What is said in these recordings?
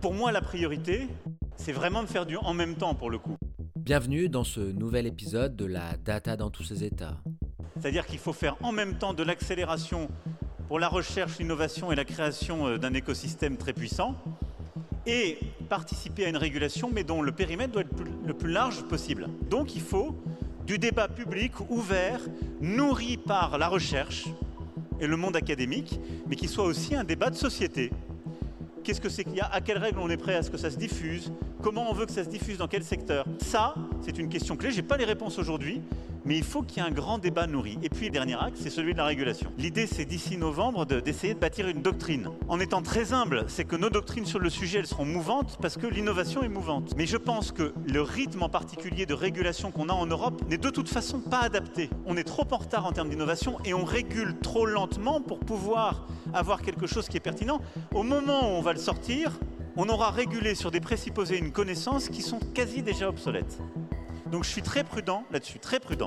Pour moi, la priorité, c'est vraiment de faire du en même temps pour le coup. Bienvenue dans ce nouvel épisode de la data dans tous ses états. C'est-à-dire qu'il faut faire en même temps de l'accélération pour la recherche, l'innovation et la création d'un écosystème très puissant et participer à une régulation, mais dont le périmètre doit être le plus large possible. Donc il faut du débat public ouvert, nourri par la recherche et le monde académique, mais qui soit aussi un débat de société. Qu'est-ce que c'est qu'il y a? À quelles règles on est prêt à ce que ça se diffuse? Comment on veut que ça se diffuse? Dans quel secteur? Ça, c'est une question clé. Je n'ai pas les réponses aujourd'hui, mais il faut qu'il y ait un grand débat nourri. Et puis, le dernier axe, c'est celui de la régulation. L'idée, c'est d'ici novembre d'essayer de bâtir une doctrine. En étant très humble, c'est que nos doctrines sur le sujet, elles seront mouvantes parce que l'innovation est mouvante. Mais je pense que le rythme en particulier de régulation qu'on a en Europe n'est de toute façon pas adapté. On est trop en retard en termes d'innovation et on régule trop lentement pour pouvoir avoir quelque chose qui est pertinent. Au moment où on va le sortir, on aura régulé sur des présupposés une connaissance qui sont quasi déjà obsolètes. Donc je suis très prudent là-dessus, très prudent.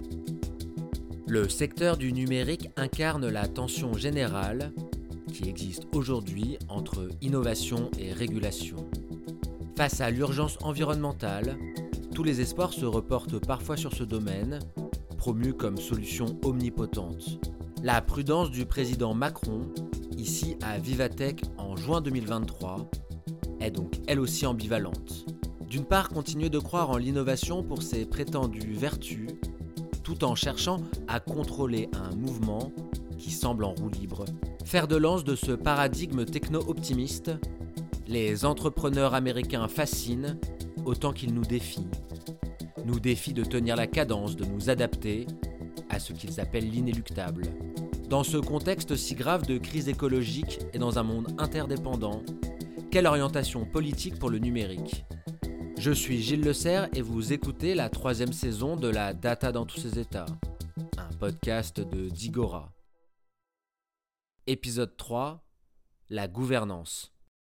Le secteur du numérique incarne la tension générale qui existe aujourd'hui entre innovation et régulation. Face à l'urgence environnementale, tous les espoirs se reportent parfois sur ce domaine, promu comme solution omnipotente. La prudence du président Macron, ici à Vivatech en juin 2023, est donc elle aussi ambivalente. D'une part, continuer de croire en l'innovation pour ses prétendues vertus, tout en cherchant à contrôler un mouvement qui semble en roue libre. Fer de lance de ce paradigme techno-optimiste, les entrepreneurs américains fascinent autant qu'ils nous défient. Nous défient de tenir la cadence, de nous adapter à ce qu'ils appellent l'inéluctable. Dans ce contexte si grave de crise écologique et dans un monde interdépendant, quelle orientation politique pour le numérique? Je suis Gilles Le Serre et vous écoutez la 3e saison de la Data dans tous ses états, un podcast de Digora. Épisode 3, la gouvernance.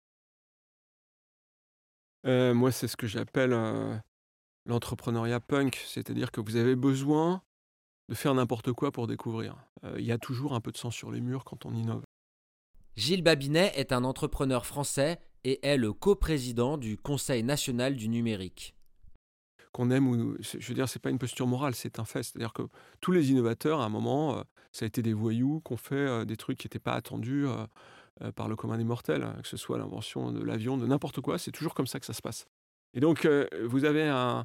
Moi, c'est ce que j'appelle l'entrepreneuriat punk, c'est-à-dire que vous avez besoin de faire n'importe quoi pour découvrir. Il y a toujours un peu de sang sur les murs quand on innove. Gilles Babinet est un entrepreneur français et est le coprésident du Conseil national du numérique. Qu'on aime ou... Je veux dire, c'est pas une posture morale, c'est un fait. C'est-à-dire que tous les innovateurs, à un moment, ça a été des voyous qui ont fait des trucs qui n'étaient pas attendus par le commun des mortels, que ce soit l'invention de l'avion, de n'importe quoi, c'est toujours comme ça que ça se passe. Et donc, vous avez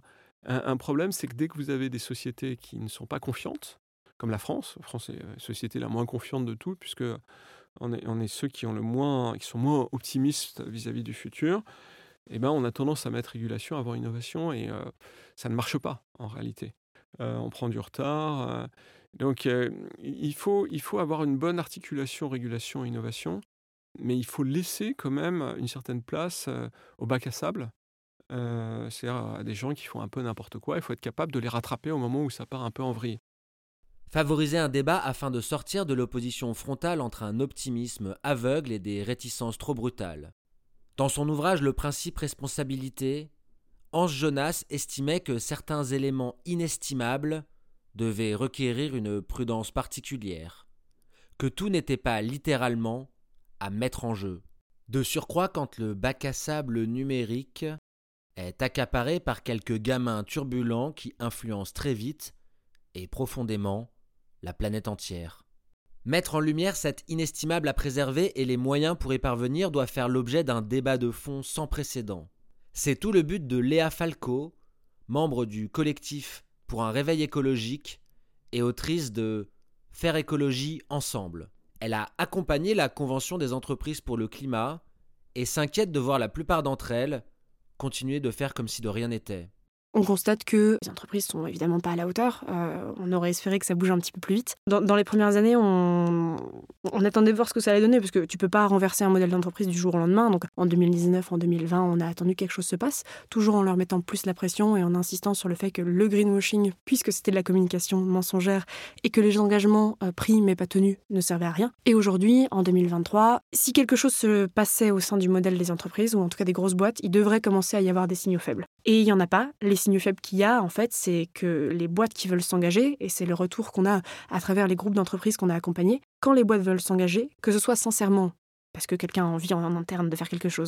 un problème, c'est que dès que vous avez des sociétés qui ne sont pas confiantes, comme la France est la société la moins confiante de toutes, puisque on est ceux qui sont moins optimistes vis-à-vis du futur, et ben on a tendance à mettre régulation avant innovation, et ça ne marche pas en réalité. On prend du retard. Donc il faut avoir une bonne articulation régulation-innovation, mais il faut laisser quand même une certaine place au bac à sable. C'est-à-dire à des gens qui font un peu n'importe quoi, il faut être capable de les rattraper au moment où ça part un peu en vrille. Favoriser un débat afin de sortir de l'opposition frontale entre un optimisme aveugle et des réticences trop brutales. Dans son ouvrage Le principe responsabilité, Hans Jonas estimait que certains éléments inestimables devaient requérir une prudence particulière, que tout n'était pas littéralement à mettre en jeu. De surcroît, quand le bac à sable numérique est accaparé par quelques gamins turbulents qui influencent très vite et profondément la planète entière. Mettre en lumière cet inestimable à préserver et les moyens pour y parvenir doivent faire l'objet d'un débat de fond sans précédent. C'est tout le but de Léa Falco, membre du collectif pour un réveil écologique et autrice de Faire écologie ensemble. Elle a accompagné la Convention des entreprises pour le climat et s'inquiète de voir la plupart d'entre elles continuer de faire comme si de rien n'était. On constate que les entreprises sont évidemment pas à la hauteur. On aurait espéré que ça bouge un petit peu plus vite. Dans les premières années, on attendait de voir ce que ça allait donner, parce que tu peux pas renverser un modèle d'entreprise du jour au lendemain. Donc en 2019, en 2020, on a attendu que quelque chose se passe, toujours en leur mettant plus la pression et en insistant sur le fait que le greenwashing, puisque c'était de la communication mensongère et que les engagements pris mais pas tenus ne servaient à rien. Et aujourd'hui, en 2023, si quelque chose se passait au sein du modèle des entreprises, ou en tout cas des grosses boîtes, il devrait commencer à y avoir des signaux faibles. Et il y en a pas. Les signaux faibles qu'il y a, en fait, c'est que les boîtes qui veulent s'engager, et c'est le retour qu'on a à travers les groupes d'entreprises qu'on a accompagnés, quand les boîtes veulent s'engager, que ce soit sincèrement, parce que quelqu'un a envie en interne de faire quelque chose, ou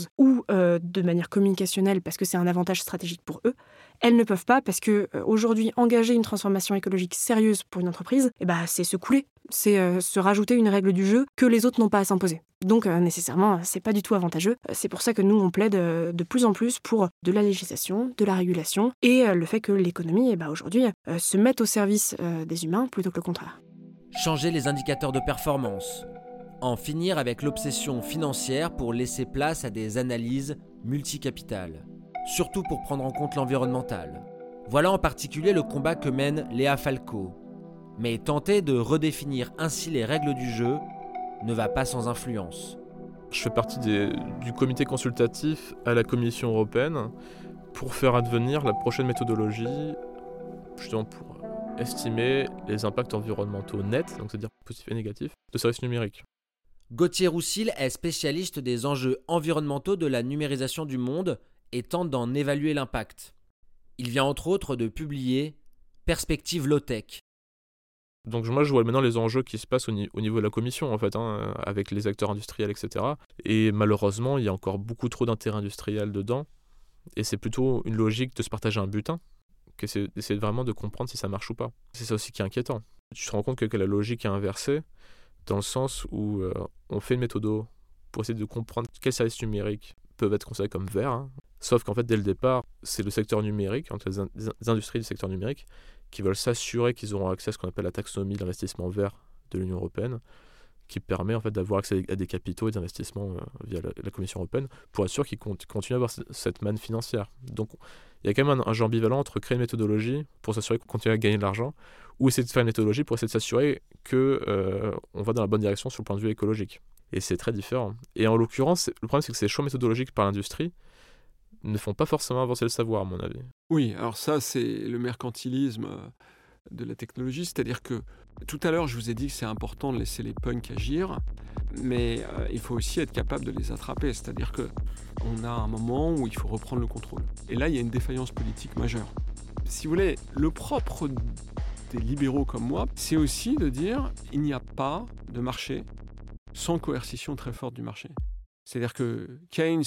de manière communicationnelle parce que c'est un avantage stratégique pour eux. Elles ne peuvent pas parce que aujourd'hui, engager une transformation écologique sérieuse pour une entreprise, c'est se couler, c'est se rajouter une règle du jeu que les autres n'ont pas à s'imposer. Donc nécessairement, c'est pas du tout avantageux. C'est pour ça que nous, on plaide de plus en plus pour de la législation, de la régulation et le fait que l'économie, aujourd'hui, se mette au service des humains plutôt que le contraire. Changer les indicateurs de performance. En finir avec l'obsession financière pour laisser place à des analyses multicapitales. Surtout pour prendre en compte l'environnemental. Voilà en particulier le combat que mène Léa Falco. Mais tenter de redéfinir ainsi les règles du jeu ne va pas sans influence. Je fais partie du comité consultatif à la Commission européenne pour faire advenir la prochaine méthodologie, justement pour estimer les impacts environnementaux nets, donc c'est-à-dire positifs et négatifs, de services numériques. Gauthier Roussil est spécialiste des enjeux environnementaux de la numérisation du monde et tente d'en évaluer l'impact. Il vient entre autres de publier Perspective Low-Tech. Donc moi je vois maintenant les enjeux qui se passent au niveau de la commission en fait, avec les acteurs industriels, etc. Et malheureusement il y a encore beaucoup trop d'intérêt industriel dedans. Et c'est plutôt une logique de se partager un butin que c'est d'essayer vraiment de comprendre si ça marche ou pas. C'est ça aussi qui est inquiétant. Tu te rends compte que la logique est inversée dans le sens où on fait une méthodo pour essayer de comprendre quels services numériques peuvent être considérés comme verts. Sauf qu'en fait, dès le départ, c'est le secteur numérique, entre les industries du secteur numérique, qui veulent s'assurer qu'ils auront accès à ce qu'on appelle la taxonomie de l'investissement vert de l'Union européenne, qui permet en fait d'avoir accès à des capitaux et des investissements via la Commission européenne, pour être sûr qu'ils continuent à avoir cette manne financière. Donc, il y a quand même un jeu ambivalent entre créer une méthodologie pour s'assurer qu'on continue à gagner de l'argent, ou essayer de faire une méthodologie pour essayer de s'assurer qu'on va dans la bonne direction sur le point de vue écologique. Et c'est très différent. Et en l'occurrence, le problème c'est que ces choix méthodologiques par l'industrie ne font pas forcément avancer le savoir, à mon avis. Oui, alors ça, c'est le mercantilisme de la technologie, c'est-à-dire que tout à l'heure, je vous ai dit que c'est important de laisser les punks agir, mais il faut aussi être capable de les attraper, c'est-à-dire qu'on a un moment où il faut reprendre le contrôle. Et là, il y a une défaillance politique majeure. Si vous voulez, le propre des libéraux comme moi, c'est aussi de dire il n'y a pas de marché sans coercition très forte du marché. C'est-à-dire que Keynes,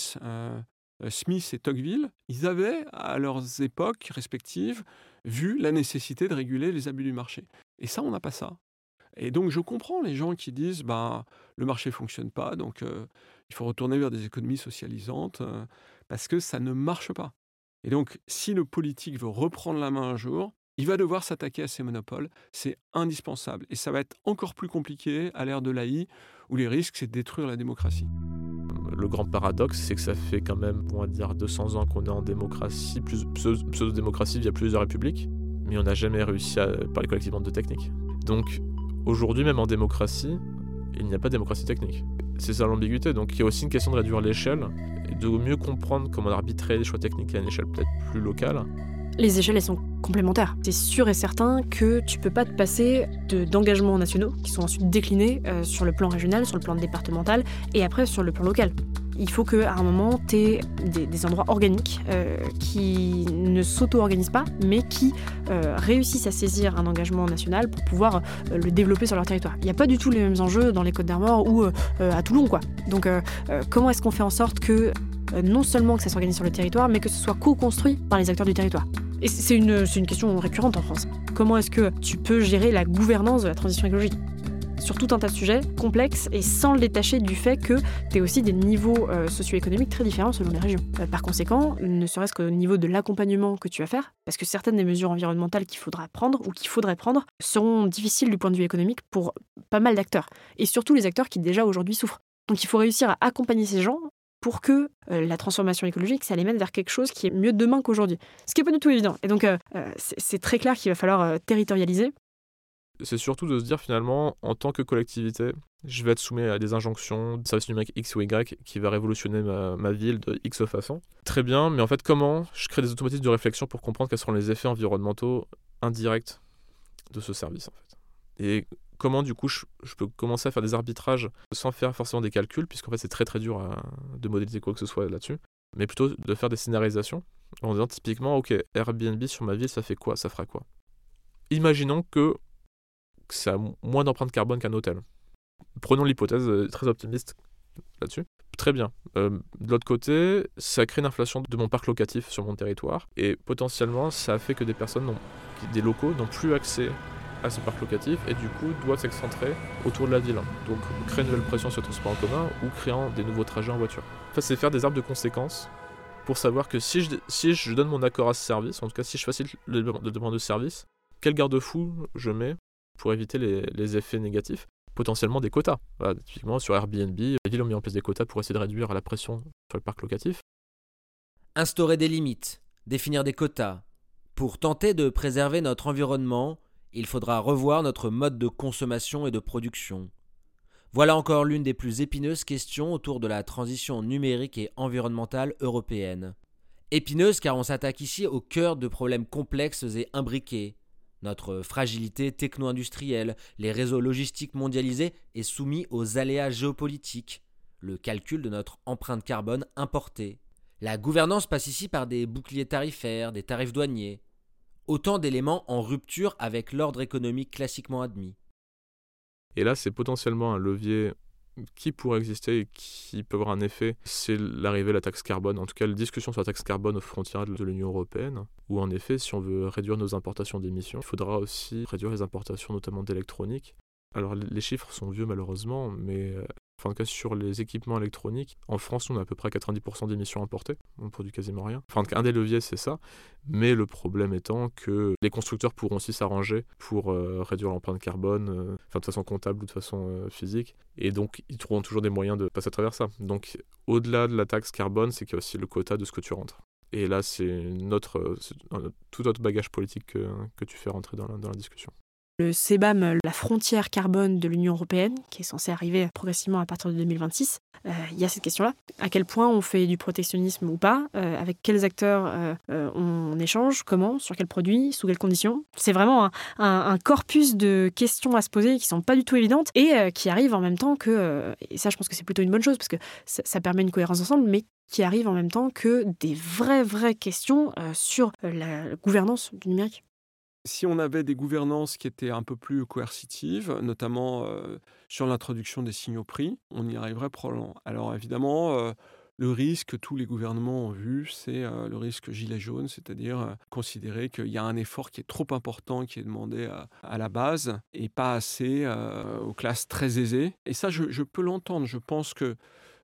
Smith et Tocqueville, ils avaient, à leurs époques respectives, vu la nécessité de réguler les abus du marché. Et ça, on n'a pas ça. Et donc, je comprends les gens qui disent le marché ne fonctionne pas, donc il faut retourner vers des économies socialisantes, parce que ça ne marche pas. Et donc, si le politique veut reprendre la main un jour, il va devoir s'attaquer à ces monopoles. C'est indispensable. Et ça va être encore plus compliqué à l'ère de l'AI, où les risques, c'est de détruire la démocratie. Le grand paradoxe, c'est que ça fait quand même, on va dire, 200 ans qu'on est en démocratie, pseudo-démocratie via plusieurs républiques, mais on n'a jamais réussi à parler collectivement de technique. Donc, aujourd'hui, même en démocratie, il n'y a pas de démocratie technique. C'est ça l'ambiguïté. Donc, il y a aussi une question de réduire l'échelle et de mieux comprendre comment arbitrer les choix techniques à une échelle peut-être plus locale. Les échelles, elles sont complémentaires. C'est sûr et certain que tu peux pas te passer d'engagements nationaux qui sont ensuite déclinés sur le plan régional, sur le plan départemental et après sur le plan local. Il faut qu'à un moment, tu aies des endroits organiques qui ne s'auto-organisent pas, mais qui réussissent à saisir un engagement national pour pouvoir le développer sur leur territoire. Il n'y a pas du tout les mêmes enjeux dans les Côtes-d'Armor ou à Toulon, quoi. Donc, comment est-ce qu'on fait en sorte que non seulement que ça s'organise sur le territoire, mais que ce soit co-construit par les acteurs du territoire. Et c'est une question récurrente en France. Comment est-ce que tu peux gérer la gouvernance de la transition écologique sur tout un tas de sujets complexes et sans le détacher du fait que tu as aussi des niveaux socio-économiques très différents selon les régions. Par conséquent, ne serait-ce qu'au niveau de l'accompagnement que tu vas faire, parce que certaines des mesures environnementales qu'il faudra prendre ou qu'il faudrait prendre seront difficiles du point de vue économique pour pas mal d'acteurs. Et surtout les acteurs qui déjà aujourd'hui souffrent. Donc il faut réussir à accompagner ces gens pour que la transformation écologique, ça les mène vers quelque chose qui est mieux demain qu'aujourd'hui. Ce qui n'est pas du tout évident. Et donc, c'est très clair qu'il va falloir territorialiser. C'est surtout de se dire finalement, en tant que collectivité, je vais être soumis à des injonctions de service numérique X ou Y qui va révolutionner ma ville de X façon. Très bien, mais en fait, comment je crée des automatismes de réflexion pour comprendre quels seront les effets environnementaux indirects de ce service, en fait. Et comment, du coup, je peux commencer à faire des arbitrages sans faire forcément des calculs, puisqu'en fait, c'est très très dur de modéliser quoi que ce soit là-dessus, mais plutôt de faire des scénarisations en disant typiquement, ok, Airbnb sur ma ville, ça fait quoi, ça fera quoi. Imaginons que ça a moins d'empreinte carbone qu'un hôtel. Prenons l'hypothèse très optimiste là-dessus. très bien. De l'autre côté, ça crée une inflation de mon parc locatif sur mon territoire et potentiellement, ça fait que des locaux n'ont plus accès à ce parc locatif et du coup doivent s'excentrer autour de la ville. Donc créer une nouvelle pression sur le transport en commun ou créant des nouveaux trajets en voiture. En fait, c'est faire des arbres de conséquences pour savoir que si je donne mon accord à ce service, en tout cas si je facilite le demande de service, quel garde-fou je mets pour éviter les effets négatifs, potentiellement des quotas. Voilà, typiquement sur Airbnb, les villes ont mis en place des quotas pour essayer de réduire la pression sur le parc locatif. Instaurer des limites, définir des quotas. Pour tenter de préserver notre environnement, il faudra revoir notre mode de consommation et de production. Voilà encore l'une des plus épineuses questions autour de la transition numérique et environnementale européenne. Épineuse car on s'attaque ici au cœur de problèmes complexes et imbriqués. Notre fragilité techno-industrielle, les réseaux logistiques mondialisés et soumis aux aléas géopolitiques, le calcul de notre empreinte carbone importée. La gouvernance passe ici par des boucliers tarifaires, des tarifs douaniers. Autant d'éléments en rupture avec l'ordre économique classiquement admis. Et là, c'est potentiellement un levier qui pourrait exister et qui peut avoir un effet, c'est l'arrivée de la taxe carbone, en tout cas la discussion sur la taxe carbone aux frontières de l'Union européenne, où en effet, si on veut réduire nos importations d'émissions, il faudra aussi réduire les importations notamment d'électronique. Alors les chiffres sont vieux malheureusement, mais en tout cas sur les équipements électroniques, en France, on a à peu près 90% d'émissions importées, on produit quasiment rien. Enfin, en tout cas, un des leviers, c'est ça, mais le problème étant que les constructeurs pourront aussi s'arranger pour réduire l'empreinte carbone, de façon comptable ou de façon physique, et donc ils trouveront toujours des moyens de passer à travers ça. Donc au-delà de la taxe carbone, c'est qu'il y a aussi le quota de ce que tu rentres. Et là, c'est tout autre bagage politique que tu fais rentrer dans la discussion. Le CBAM, la frontière carbone de l'Union européenne, qui est censée arriver progressivement à partir de 2026, il y a cette question-là. À quel point on fait du protectionnisme ou pas, avec quels acteurs on échange, comment, sur quels produits, sous quelles conditions. C'est vraiment un corpus de questions à se poser qui ne sont pas du tout évidentes et qui arrivent en même temps que, et ça je pense que c'est plutôt une bonne chose parce que ça permet une cohérence ensemble, mais qui arrivent en même temps que des vraies questions sur la gouvernance du numérique. Si on avait des gouvernances qui étaient un peu plus coercitives, notamment sur l'introduction des signaux prix, on y arriverait probablement. Alors évidemment, le risque que tous les gouvernements ont vu, c'est le risque gilet jaune, c'est-à-dire considérer qu'il y a un effort qui est trop important, qui est demandé à la base, et pas assez aux classes très aisées. Et ça, je peux l'entendre. Je pense que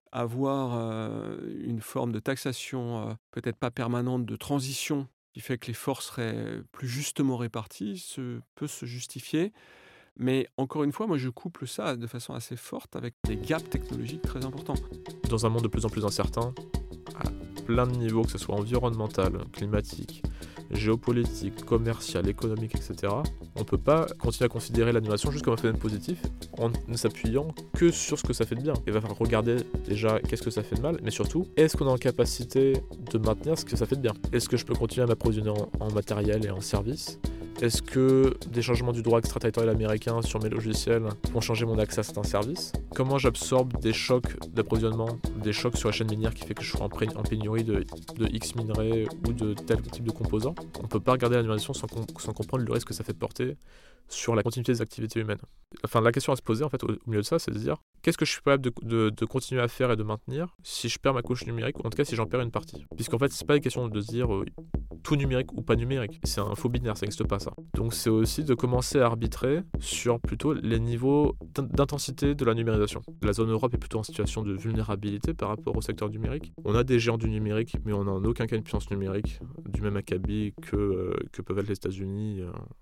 avoir une forme de taxation, peut-être pas permanente, de transition, qui fait que les forces seraient plus justement réparties, peut se justifier. Mais encore une fois, moi je couple ça de façon assez forte avec des gaps technologiques très importants. Dans un monde de plus en plus incertain, à plein de niveaux, que ce soit environnemental, climatique, géopolitique, commercial, économique, etc., on ne peut pas continuer à considérer l'animation juste comme un phénomène positif en ne s'appuyant que sur ce que ça fait de bien. Il va falloir regarder déjà qu'est-ce que ça fait de mal, mais surtout, est-ce qu'on est en capacité de maintenir ce que ça fait de bien ? Est-ce que je peux continuer à m'approvisionner en matériel et en services ? Est-ce que des changements du droit extraterritorial américain sur mes logiciels vont changer mon accès à certains services ? Comment j'absorbe des chocs d'approvisionnement, des chocs sur la chaîne minière qui fait que je serai en pénurie de X minerais ou de tel type de composants ? On ne peut pas regarder l'animation sans comprendre le risque que ça fait porter sur la continuité des activités humaines. Enfin, la question à se poser en fait, au milieu de ça, c'est de se dire qu'est-ce que je suis capable de continuer à faire et de maintenir si je perds ma couche numérique, ou en tout cas si j'en perds une partie. Puisqu'en fait, c'est pas une question de se dire tout numérique ou pas numérique. C'est un faux binaire, ça n'existe pas ça. Donc c'est aussi de commencer à arbitrer sur plutôt les niveaux d'intensité de la numérisation. La zone Europe est plutôt en situation de vulnérabilité par rapport au secteur numérique. On a des géants du numérique, mais on n'a en aucun cas une puissance numérique du même acabit que peuvent être les États-Unis,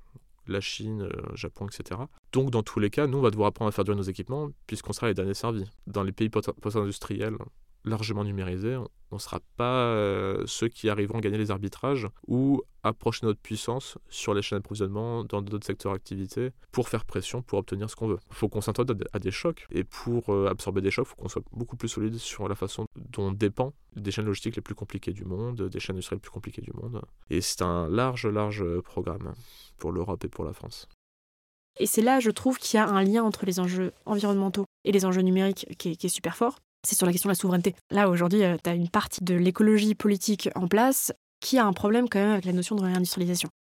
la Chine, le Japon, etc. Donc dans tous les cas, nous on va devoir apprendre à faire durer nos équipements puisqu'on sera les derniers servis. Dans les pays post-industriels largement numérisés, on ne sera pas ceux qui arriveront à gagner les arbitrages ou approcher notre puissance sur les chaînes d'approvisionnement dans d'autres secteurs d'activité pour faire pression, pour obtenir ce qu'on veut. Il faut qu'on s'attende à des chocs, et pour absorber des chocs, il faut qu'on soit beaucoup plus solide sur la façon dont on dépend des chaînes logistiques les plus compliquées du monde, des chaînes industrielles les plus compliquées du monde. Et c'est un large programme pour l'Europe et pour la France. Et c'est là, je trouve, qu'il y a un lien entre les enjeux environnementaux et les enjeux numériques qui est super fort. C'est sur la question de la souveraineté. Là, aujourd'hui, tu as une partie de l'écologie politique en place qui a un problème quand même avec la notion de réindustrialisation.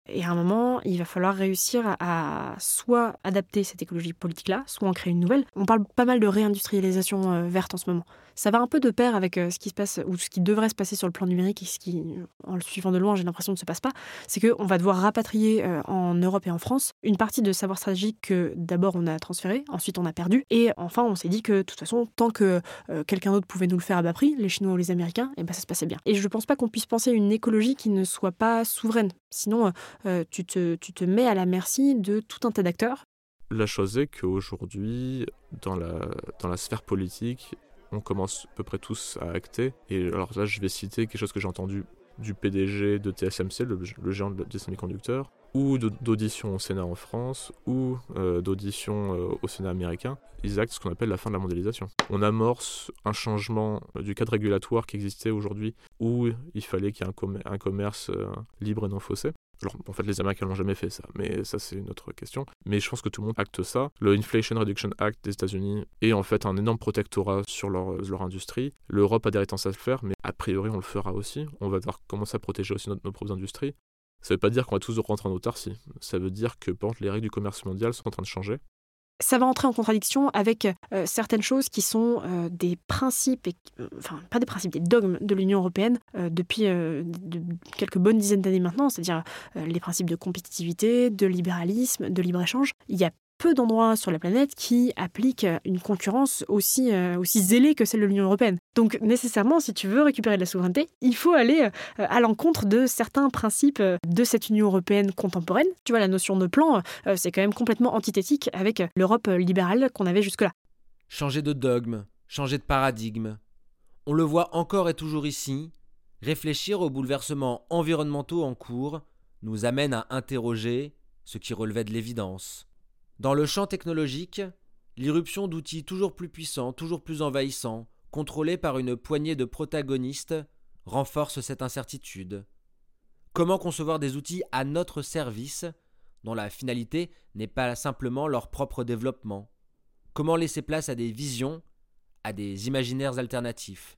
Et à un moment, il va falloir réussir à soit adapter cette écologie politique-là, soit en créer une nouvelle. On parle pas mal de réindustrialisation verte en ce moment. Ça va un peu de pair avec ce qui se passe, ou ce qui devrait se passer sur le plan numérique, et ce qui, en le suivant de loin, j'ai l'impression ne se passe pas. C'est qu'on va devoir rapatrier en Europe et en France une partie de savoir stratégique que d'abord on a transféré, ensuite on a perdu, et enfin on s'est dit que de toute façon, tant que quelqu'un d'autre pouvait nous le faire à bas prix, les Chinois ou les Américains, et ben ça se passait bien. Et je pense pas qu'on puisse penser une écologie qui ne soit pas souveraine. Sinon, tu te mets à la merci de tout un tas d'acteurs. La chose est qu'aujourd'hui, dans la sphère politique, on commence à peu près tous à acter. Et alors là, je vais citer quelque chose que j'ai entendu du PDG de TSMC, le géant des semi-conducteurs, ou d'audition au Sénat en France, ou d'audition au Sénat américain. Ils actent ce qu'on appelle la fin de la mondialisation. On amorce un changement du cadre régulatoire qui existait aujourd'hui, où il fallait qu'il y ait un commerce libre et non faussé. Alors, en fait, les Américains n'ont jamais fait ça, mais ça, c'est une autre question. Mais je pense que tout le monde acte ça. Le Inflation Reduction Act des États-Unis est en fait un énorme protectorat sur leur industrie. L'Europe a des réticences à le faire, mais a priori, on le fera aussi. On va devoir commencer à protéger aussi nos propres industries. Ça ne veut pas dire qu'on va tous rentrer en autarcie. Ça veut dire que, par exemple, les règles du commerce mondial sont en train de changer. Ça va entrer en contradiction avec certaines choses qui sont des principes, enfin pas des principes, des dogmes de l'Union européenne depuis quelques bonnes dizaines d'années maintenant, c'est-à-dire les principes de compétitivité, de libéralisme, de libre-échange. Il y a peu d'endroits sur la planète qui appliquent une concurrence aussi zélée que celle de l'Union européenne. Donc nécessairement, si tu veux récupérer de la souveraineté, il faut aller à l'encontre de certains principes de cette Union européenne contemporaine. Tu vois, la notion de plan, c'est quand même complètement antithétique avec l'Europe libérale qu'on avait jusque-là. Changer de dogme, changer de paradigme. On le voit encore et toujours ici, réfléchir aux bouleversements environnementaux en cours nous amène à interroger ce qui relevait de l'évidence. Dans le champ technologique, l'irruption d'outils toujours plus puissants, toujours plus envahissants, contrôlés par une poignée de protagonistes, renforce cette incertitude. Comment concevoir des outils à notre service, dont la finalité n'est pas simplement leur propre développement? Comment laisser place à des visions, à des imaginaires alternatifs?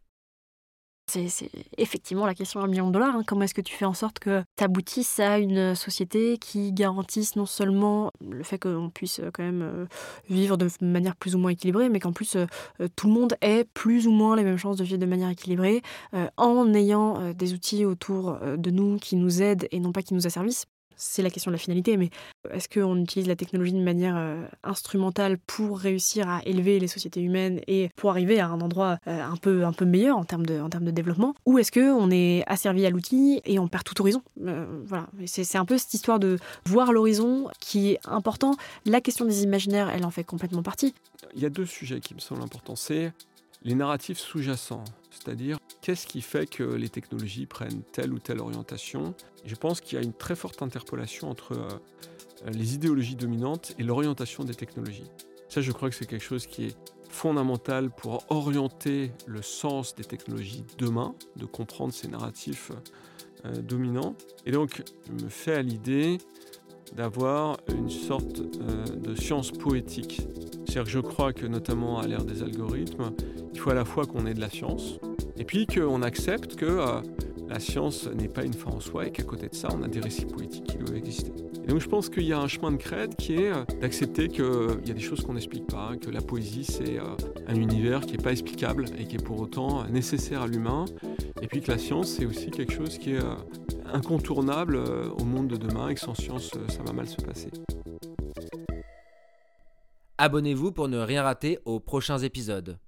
C'est effectivement la question à $1 million. Comment est-ce que tu fais en sorte que tu aboutisses à une société qui garantisse non seulement le fait qu'on puisse quand même vivre de manière plus ou moins équilibrée, mais qu'en plus tout le monde ait plus ou moins les mêmes chances de vivre de manière équilibrée en ayant des outils autour de nous qui nous aident et non pas qui nous asservissent. C'est la question de la finalité, mais est-ce qu'on utilise la technologie de manière instrumentale pour réussir à élever les sociétés humaines et pour arriver à un endroit un peu meilleur en termes de développement? Ou est-ce qu'on est asservi à l'outil et on perd tout horizon? Voilà. C'est un peu cette histoire de voir l'horizon qui est important. La question des imaginaires, elle en fait complètement partie. Il y a 2 sujets qui me semblent importants. C'est les narratifs sous-jacents, c'est-à-dire qu'est-ce qui fait que les technologies prennent telle ou telle orientation. Et je pense qu'il y a une très forte interpolation entre les idéologies dominantes et l'orientation des technologies. Ça, je crois que c'est quelque chose qui est fondamental pour orienter le sens des technologies demain, de comprendre ces narratifs dominants. Et donc, je me fais à l'idée d'avoir une sorte de science poétique. C'est-à-dire que je crois que, notamment à l'ère des algorithmes, il faut à la fois qu'on ait de la science, et puis qu'on accepte que la science n'est pas une fin en soi, et qu'à côté de ça, on a des récits poétiques qui doivent exister. Et donc je pense qu'il y a un chemin de crête qui est d'accepter qu'il y a des choses qu'on n'explique pas, que la poésie, c'est un univers qui n'est pas explicable, et qui est pour autant nécessaire à l'humain, et puis que la science, c'est aussi quelque chose qui est incontournable au monde de demain, et que sans science, ça va mal se passer. Abonnez-vous pour ne rien rater aux prochains épisodes.